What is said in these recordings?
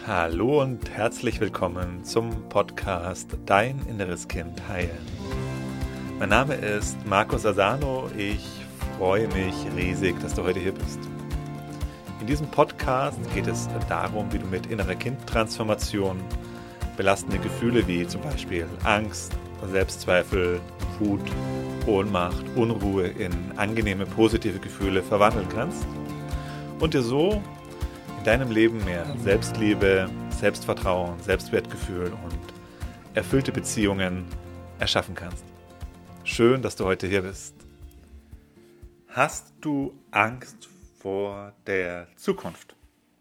Hallo und herzlich willkommen zum Podcast Dein inneres Kind heilen. Mein Name ist Markus Asano. Ich freue mich riesig, dass du heute hier bist. In diesem Podcast geht es darum, wie du mit innerer Kindtransformation belastende Gefühle wie zum Beispiel Angst, Selbstzweifel, Wut, Ohnmacht, Unruhe in angenehme, positive Gefühle verwandeln kannst und dir so in deinem Leben mehr Selbstliebe, Selbstvertrauen, Selbstwertgefühl und erfüllte Beziehungen erschaffen kannst. Schön, dass du heute hier bist. Hast du Angst vor der Zukunft?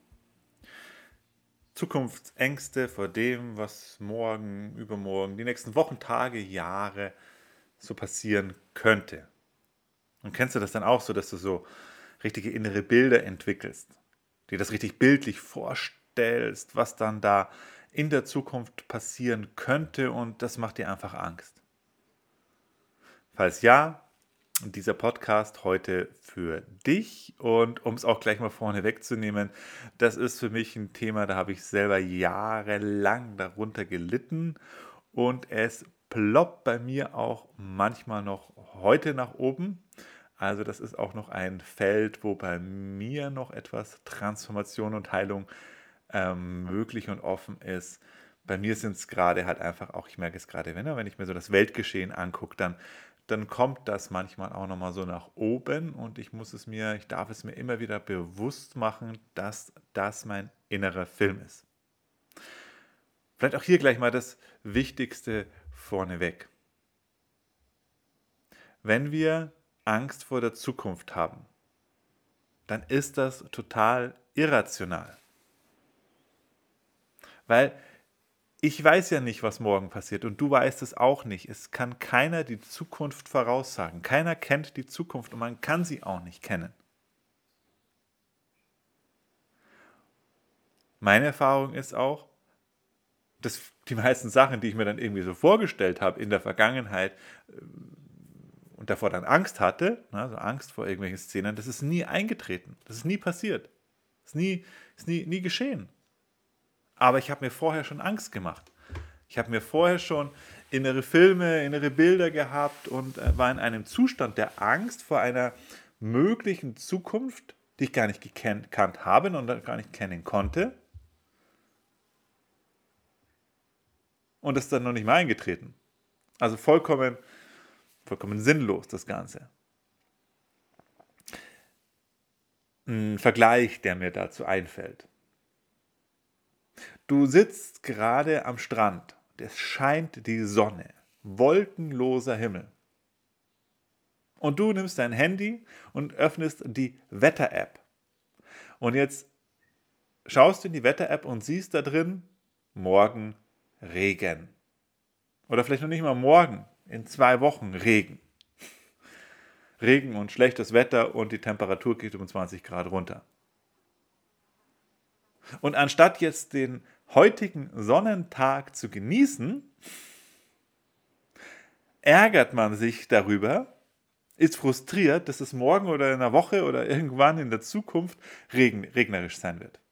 Zukunftsängste vor dem, was morgen, übermorgen, die nächsten Wochen, Tage, Jahre so passieren könnte. Und kennst du das dann auch so, dass du so richtige innere Bilder entwickelst? Dir das richtig bildlich vorstellst, was dann da in der Zukunft passieren könnte und das macht dir einfach Angst. Falls ja, dieser Podcast heute für dich und um es auch gleich mal vorne wegzunehmen, das ist für mich ein Thema, da habe ich selber jahrelang darunter gelitten und es ploppt bei mir auch manchmal noch heute nach oben. Also das ist auch noch ein Feld, wo bei mir noch etwas Transformation und Heilung möglich und offen ist. Bei mir sind es gerade halt einfach auch, ich merke es gerade, wenn ich mir so das Weltgeschehen angucke, dann kommt das manchmal auch nochmal so nach oben und ich darf es mir immer wieder bewusst machen, dass das mein innerer Film ist. Vielleicht auch hier gleich mal das Wichtigste vorneweg. Wenn wir Angst vor der Zukunft haben, dann ist das total irrational. Weil ich weiß ja nicht, was morgen passiert und du weißt es auch nicht. Es kann keiner die Zukunft voraussagen. Keiner kennt die Zukunft und man kann sie auch nicht kennen. Meine Erfahrung ist auch, dass die meisten Sachen, die ich mir dann irgendwie so vorgestellt habe in der Vergangenheit, und davor dann Angst hatte, also Angst vor irgendwelchen Szenen, das ist nie eingetreten, das ist nie passiert, das ist nie geschehen. Aber ich habe mir vorher schon Angst gemacht. Ich habe mir vorher schon innere Filme, innere Bilder gehabt und war in einem Zustand der Angst vor einer möglichen Zukunft, die ich gar nicht gekannt habe und gar nicht kennen konnte. Und das ist dann noch nicht mal eingetreten. Also vollkommen sinnlos, das Ganze. Ein Vergleich, der mir dazu einfällt. Du sitzt gerade am Strand, es scheint die Sonne, wolkenloser Himmel. Und du nimmst dein Handy und öffnest die Wetter-App. Und jetzt schaust du in die Wetter-App und siehst da drin, morgen Regen. Oder vielleicht noch nicht mal morgen, in 2 Wochen Regen. Regen und schlechtes Wetter und die Temperatur geht um 20 Grad runter. Und anstatt jetzt den heutigen Sonnentag zu genießen, ärgert man sich darüber, ist frustriert, dass es morgen oder in einer Woche oder irgendwann in der Zukunft regnerisch sein wird.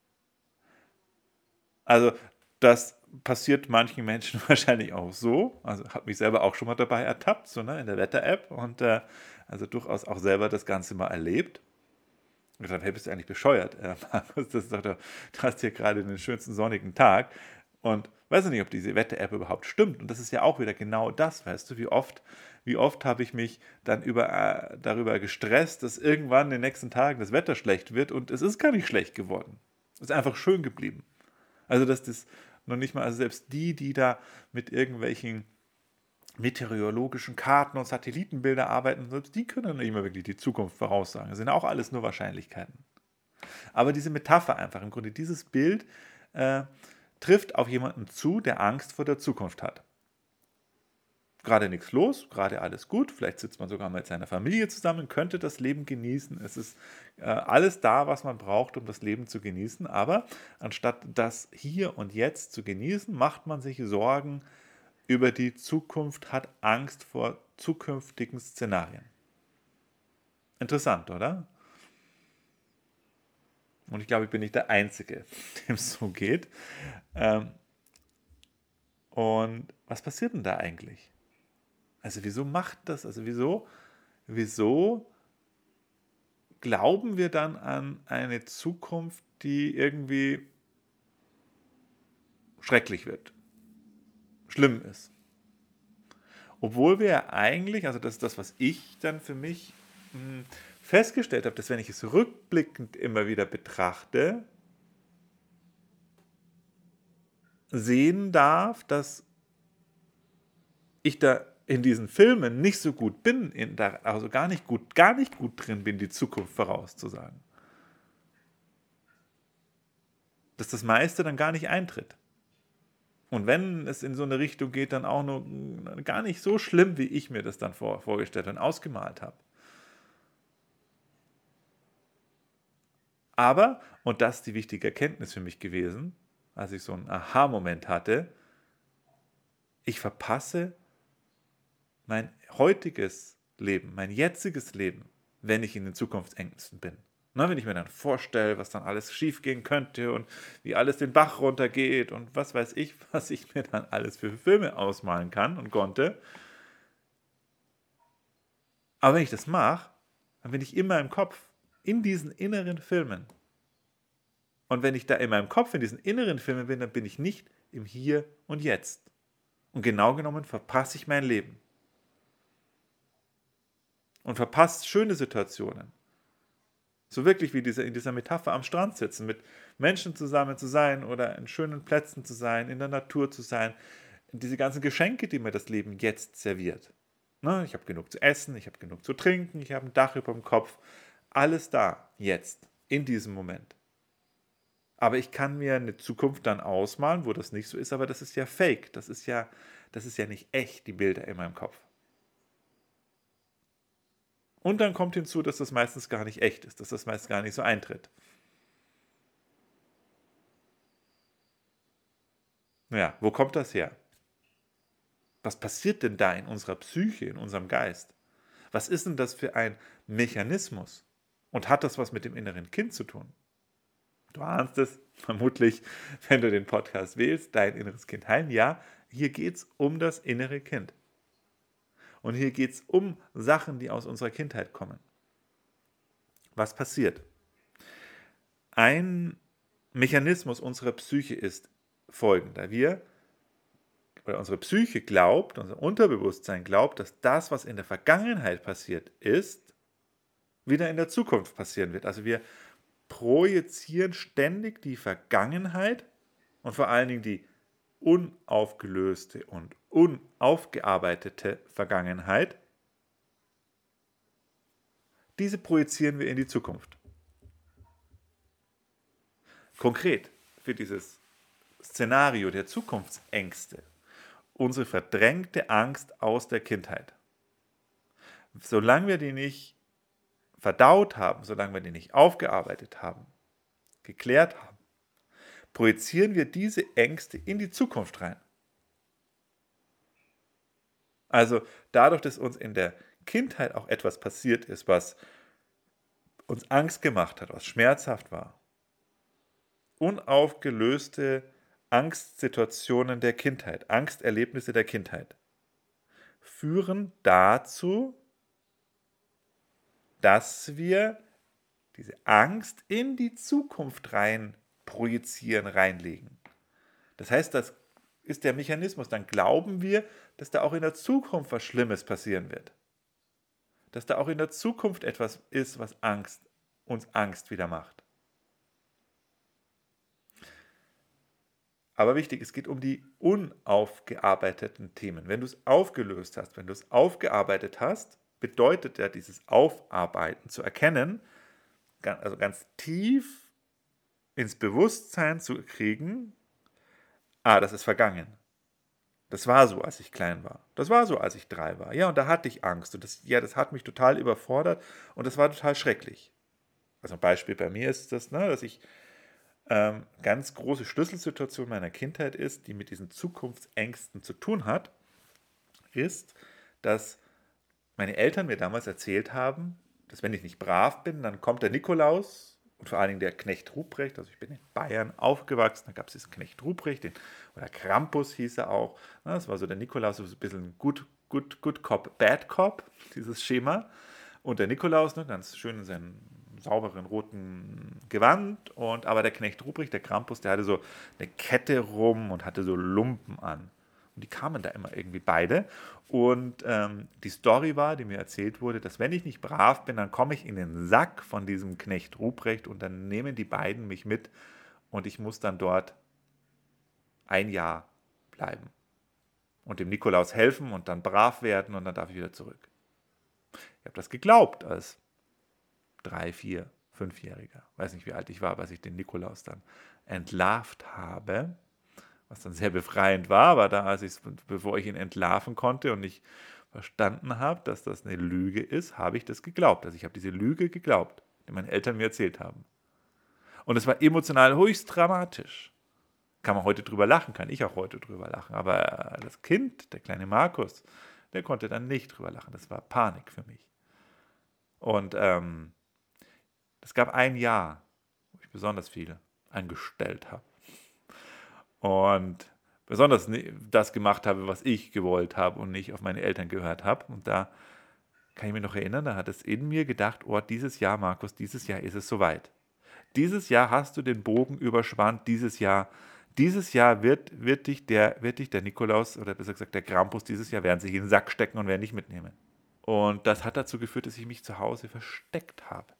Also das passiert manchen Menschen wahrscheinlich auch so. Also habe mich selber auch schon mal dabei ertappt, so in der Wetter-App und also durchaus auch selber das Ganze mal erlebt. Und ich dachte, hey, bist du eigentlich bescheuert? Markus, du hast hier gerade den schönsten sonnigen Tag und weiß nicht, ob diese Wetter-App überhaupt stimmt. Und das ist ja auch wieder genau das, weißt du, wie oft habe ich mich dann darüber gestresst, dass irgendwann in den nächsten Tagen das Wetter schlecht wird und es ist gar nicht schlecht geworden. Es ist einfach schön geblieben. Also, dass das noch nicht mal, also selbst die da mit irgendwelchen meteorologischen Karten und Satellitenbilder arbeiten, selbst die können nicht mehr wirklich die Zukunft voraussagen. Das sind auch alles nur Wahrscheinlichkeiten. Aber diese Metapher einfach, im Grunde dieses Bild trifft auf jemanden zu, der Angst vor der Zukunft hat. Gerade nichts los, gerade alles gut, vielleicht sitzt man sogar mit seiner Familie zusammen, könnte das Leben genießen. Es ist alles da, was man braucht, um das Leben zu genießen. Aber anstatt das hier und jetzt zu genießen, macht man sich Sorgen über die Zukunft, hat Angst vor zukünftigen Szenarien. Interessant, oder? Und ich glaube, ich bin nicht der Einzige, dem es so geht. Ähm, und was passiert denn da eigentlich? Also wieso macht das? Also wieso glauben wir dann an eine Zukunft, die irgendwie schrecklich wird, schlimm ist? Obwohl wir ja eigentlich, also das ist das, was ich dann für mich festgestellt habe, dass wenn ich es rückblickend immer wieder betrachte, sehen darf, dass ich da in diesen Filmen nicht so gut bin, also gar nicht gut drin bin, die Zukunft vorauszusagen. Dass das meiste dann gar nicht eintritt. Und wenn es in so eine Richtung geht, dann auch nur gar nicht so schlimm, wie ich mir das dann vorgestellt und ausgemalt habe. Aber, und das ist die wichtige Erkenntnis für mich gewesen, als ich so einen Aha-Moment hatte, ich verpasse mein heutiges Leben, mein jetziges Leben, wenn ich in den Zukunftsängsten bin. Na, wenn ich mir dann vorstelle, was dann alles schiefgehen könnte und wie alles den Bach runtergeht und was weiß ich, was ich mir dann alles für Filme ausmalen kann und konnte. Aber wenn ich das mache, dann bin ich immer im Kopf, in diesen inneren Filmen. Und wenn ich da in meinem Kopf in diesen inneren Filmen bin, dann bin ich nicht im Hier und Jetzt. Und genau genommen verpasse ich mein Leben. Und verpasse schöne Situationen. So wirklich wie in dieser Metapher am Strand sitzen, mit Menschen zusammen zu sein oder in schönen Plätzen zu sein, in der Natur zu sein. Diese ganzen Geschenke, die mir das Leben jetzt serviert. Ne, ich habe genug zu essen, ich habe genug zu trinken, ich habe ein Dach über dem Kopf. Alles da, jetzt, in diesem Moment. Aber ich kann mir eine Zukunft dann ausmalen, wo das nicht so ist, aber das ist ja fake. Das ist ja nicht echt, die Bilder in meinem Kopf. Und dann kommt hinzu, dass das meistens gar nicht echt ist, dass das meist gar nicht so eintritt. Ja, wo kommt das her? Was passiert denn da in unserer Psyche, in unserem Geist? Was ist denn das für ein Mechanismus? Und hat das was mit dem inneren Kind zu tun? Du ahnst es vermutlich, wenn du den Podcast wählst, dein inneres Kind heilen. Ja, hier geht es um das innere Kind. Und hier geht es um Sachen, die aus unserer Kindheit kommen. Was passiert? Ein Mechanismus unserer Psyche ist folgender. Unsere Psyche glaubt, unser Unterbewusstsein glaubt, dass das, was in der Vergangenheit passiert ist, wieder in der Zukunft passieren wird. Also wir projizieren ständig die Vergangenheit und vor allen Dingen die unaufgelöste und unaufgearbeitete Vergangenheit. Diese projizieren wir in die Zukunft. Konkret für dieses Szenario der Zukunftsängste unsere verdrängte Angst aus der Kindheit. Solange wir die nicht verdaut haben, solange wir die nicht aufgearbeitet haben, geklärt haben, projizieren wir diese Ängste in die Zukunft rein. Also dadurch, dass uns in der Kindheit auch etwas passiert ist, was uns Angst gemacht hat, was schmerzhaft war, unaufgelöste Angstsituationen der Kindheit, Angsterlebnisse der Kindheit, führen dazu, dass wir diese Angst in die Zukunft rein projizieren, reinlegen. Das heißt, das ist der Mechanismus. Dann glauben wir, dass da auch in der Zukunft was Schlimmes passieren wird. Dass da auch in der Zukunft etwas ist, was uns Angst wieder macht. Aber wichtig, es geht um die unaufgearbeiteten Themen. Wenn du es aufgelöst hast, wenn du es aufgearbeitet hast, bedeutet ja dieses Aufarbeiten zu erkennen, also ganz tief ins Bewusstsein zu kriegen, das ist vergangen. Das war so, als ich klein war. Das war so, als ich 3 war. Ja, und da hatte ich Angst. Und das hat mich total überfordert und das war total schrecklich. Also ein Beispiel bei mir ist das, dass ich ganz große Schlüsselsituation meiner Kindheit ist, die mit diesen Zukunftsängsten zu tun hat, ist, dass meine Eltern mir damals erzählt haben, dass wenn ich nicht brav bin, dann kommt der Nikolaus und vor allen Dingen der Knecht Ruprecht, also ich bin in Bayern aufgewachsen, da gab es diesen Knecht Ruprecht, oder Krampus hieß er auch. Das war so der Nikolaus, so ein bisschen Good Cop, Bad Cop, dieses Schema. Und der Nikolaus, ne, ganz schön in seinem sauberen roten Gewand. Aber der Knecht Ruprecht, der Krampus, der hatte so eine Kette rum und hatte so Lumpen an. Und die kamen da immer irgendwie beide. Und die Story war, die mir erzählt wurde, dass wenn ich nicht brav bin, dann komme ich in den Sack von diesem Knecht Ruprecht und dann nehmen die beiden mich mit und ich muss dann dort ein Jahr bleiben und dem Nikolaus helfen und dann brav werden und dann darf ich wieder zurück. Ich habe das geglaubt als 3, 4, 5-Jähriger. Weiß nicht, wie alt ich war, als ich den Nikolaus dann entlarvt habe, was dann sehr befreiend war, aber da, bevor ich ihn entlarven konnte und nicht verstanden habe, dass das eine Lüge ist, habe ich das geglaubt. Also ich habe diese Lüge geglaubt, die meine Eltern mir erzählt haben. Und es war emotional höchst dramatisch. Kann man heute drüber lachen, kann ich auch heute drüber lachen. Aber das Kind, der kleine Markus, der konnte dann nicht drüber lachen. Das war Panik für mich. Und es gab ein Jahr, wo ich besonders viel angestellt habe. Und besonders das gemacht habe, was ich gewollt habe und nicht auf meine Eltern gehört habe. Und da kann ich mich noch erinnern, da hat es in mir gedacht, oh, dieses Jahr, Markus, dieses Jahr ist es soweit. Dieses Jahr hast du den Bogen überspannt, dieses Jahr wird dich der Nikolaus, oder besser gesagt der Krampus, dieses Jahr werden sich in den Sack stecken und werden dich mitnehmen. Und das hat dazu geführt, dass ich mich zu Hause versteckt habe.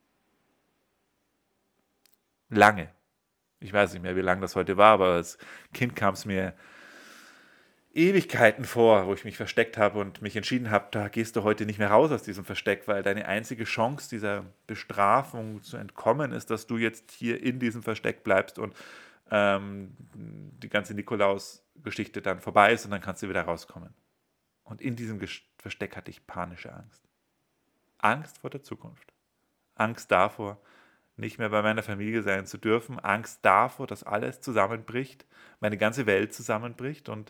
Lange. Ich weiß nicht mehr, wie lange das heute war, aber als Kind kam es mir Ewigkeiten vor, wo ich mich versteckt habe und mich entschieden habe, da gehst du heute nicht mehr raus aus diesem Versteck, weil deine einzige Chance dieser Bestrafung zu entkommen ist, dass du jetzt hier in diesem Versteck bleibst und die ganze Nikolaus-Geschichte dann vorbei ist und dann kannst du wieder rauskommen. Und in diesem Versteck hatte ich panische Angst. Angst vor der Zukunft. Angst davor, nicht mehr bei meiner Familie sein zu dürfen. Angst davor, dass alles zusammenbricht, meine ganze Welt zusammenbricht. Und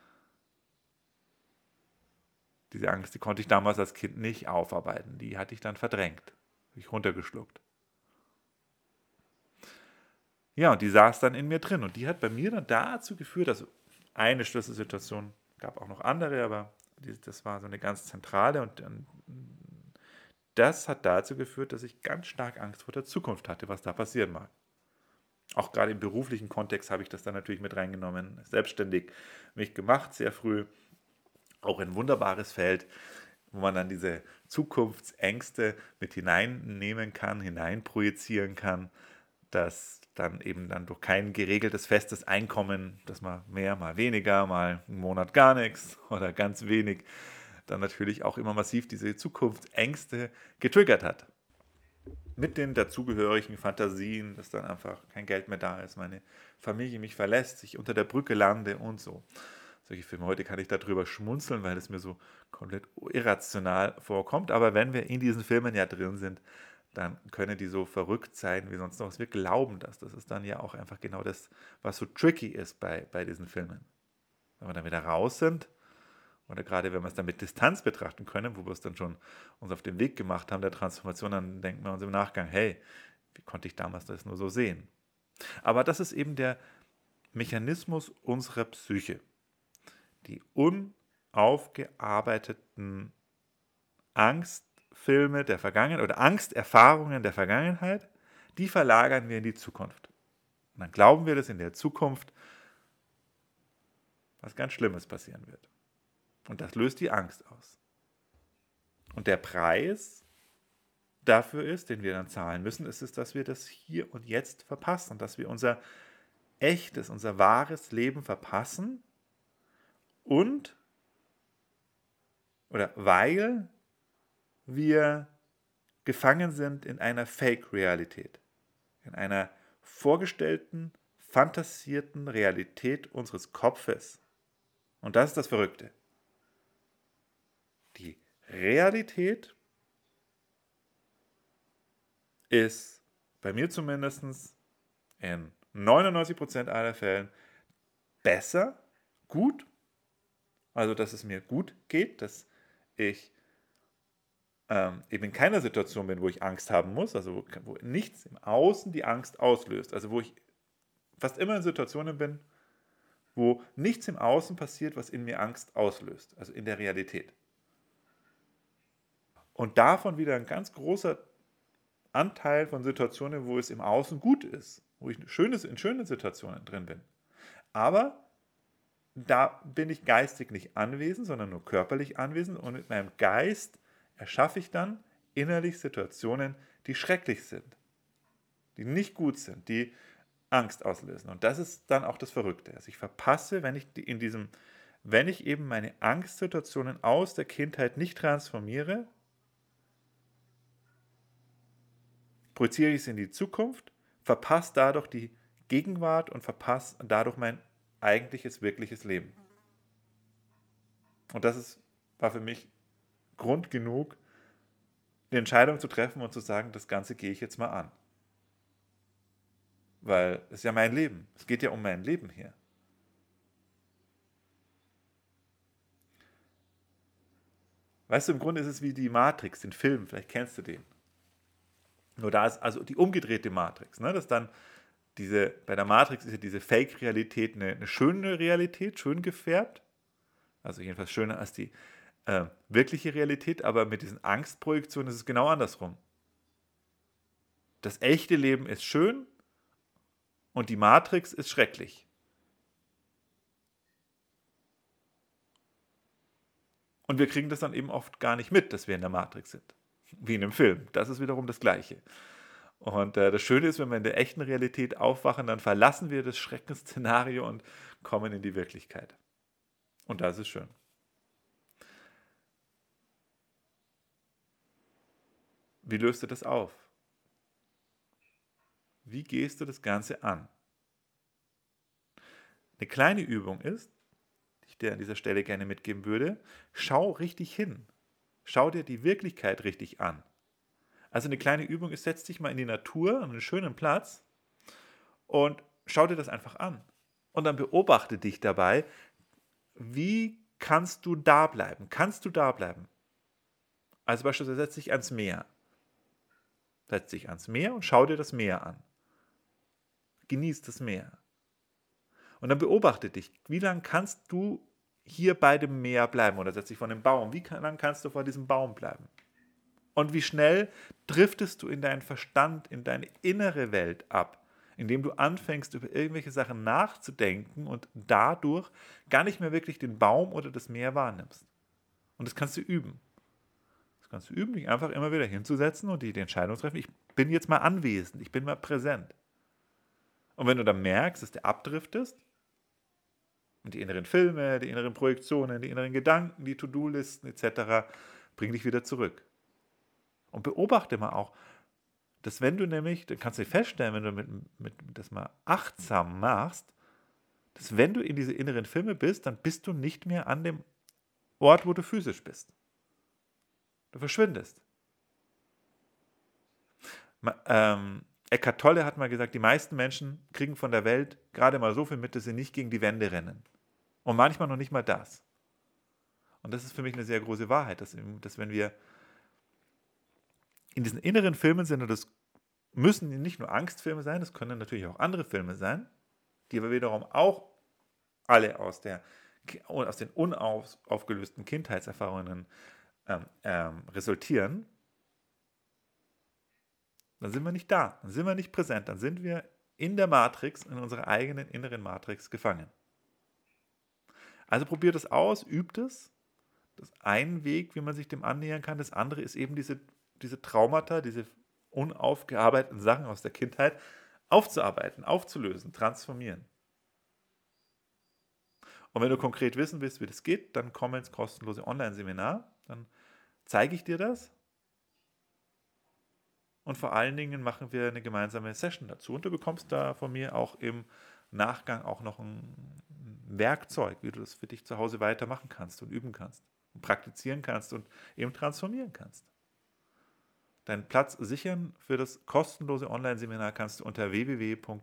diese Angst, die konnte ich damals als Kind nicht aufarbeiten. Die hatte ich dann verdrängt, habe ich runtergeschluckt. Ja, und die saß dann in mir drin. Und die hat bei mir dann dazu geführt, also eine Schlüsselsituation, gab auch noch andere, aber das war so eine ganz zentrale. Und das hat dazu geführt, dass ich ganz stark Angst vor der Zukunft hatte, was da passieren mag. Auch gerade im beruflichen Kontext habe ich das dann natürlich mit reingenommen. Selbstständig mich gemacht, sehr früh. Auch ein wunderbares Feld, wo man dann diese Zukunftsängste mit hineinnehmen kann, hineinprojizieren kann, dass dann eben dann durch kein geregeltes, festes Einkommen, dass mal mehr, mal weniger, mal einen Monat gar nichts oder ganz wenig, dann natürlich auch immer massiv diese Zukunftsängste getriggert hat. Mit den dazugehörigen Fantasien, dass dann einfach kein Geld mehr da ist, meine Familie mich verlässt, ich unter der Brücke lande und so. Solche Filme, heute kann ich darüber schmunzeln, weil es mir so komplett irrational vorkommt. Aber wenn wir in diesen Filmen ja drin sind, dann können die so verrückt sein wie sonst noch. Wir glauben das. Das ist dann ja auch einfach genau das, was so tricky ist bei diesen Filmen. Wenn wir dann wieder raus sind, oder gerade wenn wir es dann mit Distanz betrachten können, wo wir es dann schon uns auf den Weg gemacht haben, der Transformation, dann denken wir uns im Nachgang, hey, wie konnte ich damals das nur so sehen? Aber das ist eben der Mechanismus unserer Psyche. Die unaufgearbeiteten Angstfilme der Vergangenheit oder Angsterfahrungen der Vergangenheit, die verlagern wir in die Zukunft. Und dann glauben wir, dass in der Zukunft was ganz Schlimmes passieren wird. Und das löst die Angst aus. Und der Preis dafür ist, den wir dann zahlen müssen, ist es, dass wir das hier und jetzt verpassen, dass wir unser echtes, unser wahres Leben verpassen weil wir gefangen sind in einer Fake-Realität, in einer vorgestellten, fantasierten Realität unseres Kopfes. Und das ist das Verrückte. Die Realität ist bei mir zumindest in 99% aller Fällen besser, gut, also dass es mir gut geht, dass ich eben in keiner Situation bin, wo ich Angst haben muss, also wo nichts im Außen die Angst auslöst, also wo ich fast immer in Situationen bin, wo nichts im Außen passiert, was in mir Angst auslöst, also in der Realität. Und davon wieder ein ganz großer Anteil von Situationen, wo es im Außen gut ist, wo ich in schönen Situationen drin bin. Aber da bin ich geistig nicht anwesend, sondern nur körperlich anwesend und mit meinem Geist erschaffe ich dann innerlich Situationen, die schrecklich sind, die nicht gut sind, die Angst auslösen. Und das ist dann auch das Verrückte. Also ich verpasse, wenn ich eben meine Angstsituationen aus der Kindheit nicht transformiere, projiziere ich es in die Zukunft, verpasse dadurch die Gegenwart und verpasse dadurch mein eigentliches, wirkliches Leben. Und war für mich Grund genug, die Entscheidung zu treffen und zu sagen, das Ganze gehe ich jetzt mal an. Weil es ist ja mein Leben. Es geht ja um mein Leben hier. Weißt du, im Grunde ist es wie die Matrix, den Film, vielleicht kennst du den. Nur da ist also die umgedrehte Matrix, ne? Dass dann bei der Matrix ist ja diese Fake-Realität eine schöne Realität, schön gefärbt. Also jedenfalls schöner als die wirkliche Realität, aber mit diesen Angstprojektionen ist es genau andersrum. Das echte Leben ist schön und die Matrix ist schrecklich. Und wir kriegen das dann eben oft gar nicht mit, dass wir in der Matrix sind. Wie in einem Film. Das ist wiederum das Gleiche. Und das Schöne ist, wenn wir in der echten Realität aufwachen, dann verlassen wir das Schreckensszenario und kommen in die Wirklichkeit. Und das ist schön. Wie löst du das auf? Wie gehst du das Ganze an? Eine kleine Übung ist, die ich dir an dieser Stelle gerne mitgeben würde, schau richtig hin. Schau dir die Wirklichkeit richtig an. Also eine kleine Übung ist, setz dich mal in die Natur, an einen schönen Platz und schau dir das einfach an. Und dann beobachte dich dabei, wie kannst du da bleiben? Kannst du da bleiben? Also beispielsweise setz dich ans Meer. Setz dich ans Meer und schau dir das Meer an. Genieß das Meer. Und dann beobachte dich, wie lange kannst du hier bei dem Meer bleiben? Oder setz dich vor einem Baum. Wie lange kannst du vor diesem Baum bleiben? Und wie schnell driftest du in deinen Verstand, in deine innere Welt ab, indem du anfängst, über irgendwelche Sachen nachzudenken und dadurch gar nicht mehr wirklich den Baum oder das Meer wahrnimmst. Und das kannst du üben. Das kannst du üben, dich einfach immer wieder hinzusetzen und die Entscheidung treffen, ich bin jetzt mal anwesend, ich bin mal präsent. Und wenn du dann merkst, dass du abdriftest, und die inneren Filme, die inneren Projektionen, die inneren Gedanken, die To-Do-Listen etc. bringen dich wieder zurück. Und beobachte mal auch, dass wenn du nämlich, dann kannst du feststellen, wenn du das mal achtsam machst, dass wenn du in diese inneren Filme bist, dann bist du nicht mehr an dem Ort, wo du physisch bist. Du verschwindest. Eckhart Tolle hat mal gesagt, die meisten Menschen kriegen von der Welt gerade mal so viel mit, dass sie nicht gegen die Wände rennen. Und manchmal noch nicht mal das. Und das ist für mich eine sehr große Wahrheit, dass wenn wir in diesen inneren Filmen sind, und das müssen nicht nur Angstfilme sein, das können natürlich auch andere Filme sein, die aber wiederum auch alle aus den unaufgelösten Kindheitserfahrungen resultieren, dann sind wir nicht da, dann sind wir nicht präsent, dann sind wir in der Matrix, in unserer eigenen inneren Matrix gefangen. Also probiert es aus, übt es. Das ist ein Weg, wie man sich dem annähern kann. Das andere ist eben diese Traumata, diese unaufgearbeiteten Sachen aus der Kindheit aufzuarbeiten, aufzulösen, transformieren. Und wenn du konkret wissen willst, wie das geht, dann komm ins kostenlose Online-Seminar. Dann zeige ich dir das. Und vor allen Dingen machen wir eine gemeinsame Session dazu. Und du bekommst da von mir auch im Nachgang auch noch ein Werkzeug, wie du das für dich zu Hause weitermachen kannst und üben kannst und praktizieren kannst und eben transformieren kannst. Deinen Platz sichern für das kostenlose Online-Seminar kannst du unter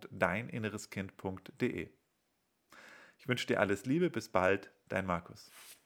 www.deininnereskind.de. Ich wünsche dir alles Liebe, bis bald, dein Markus.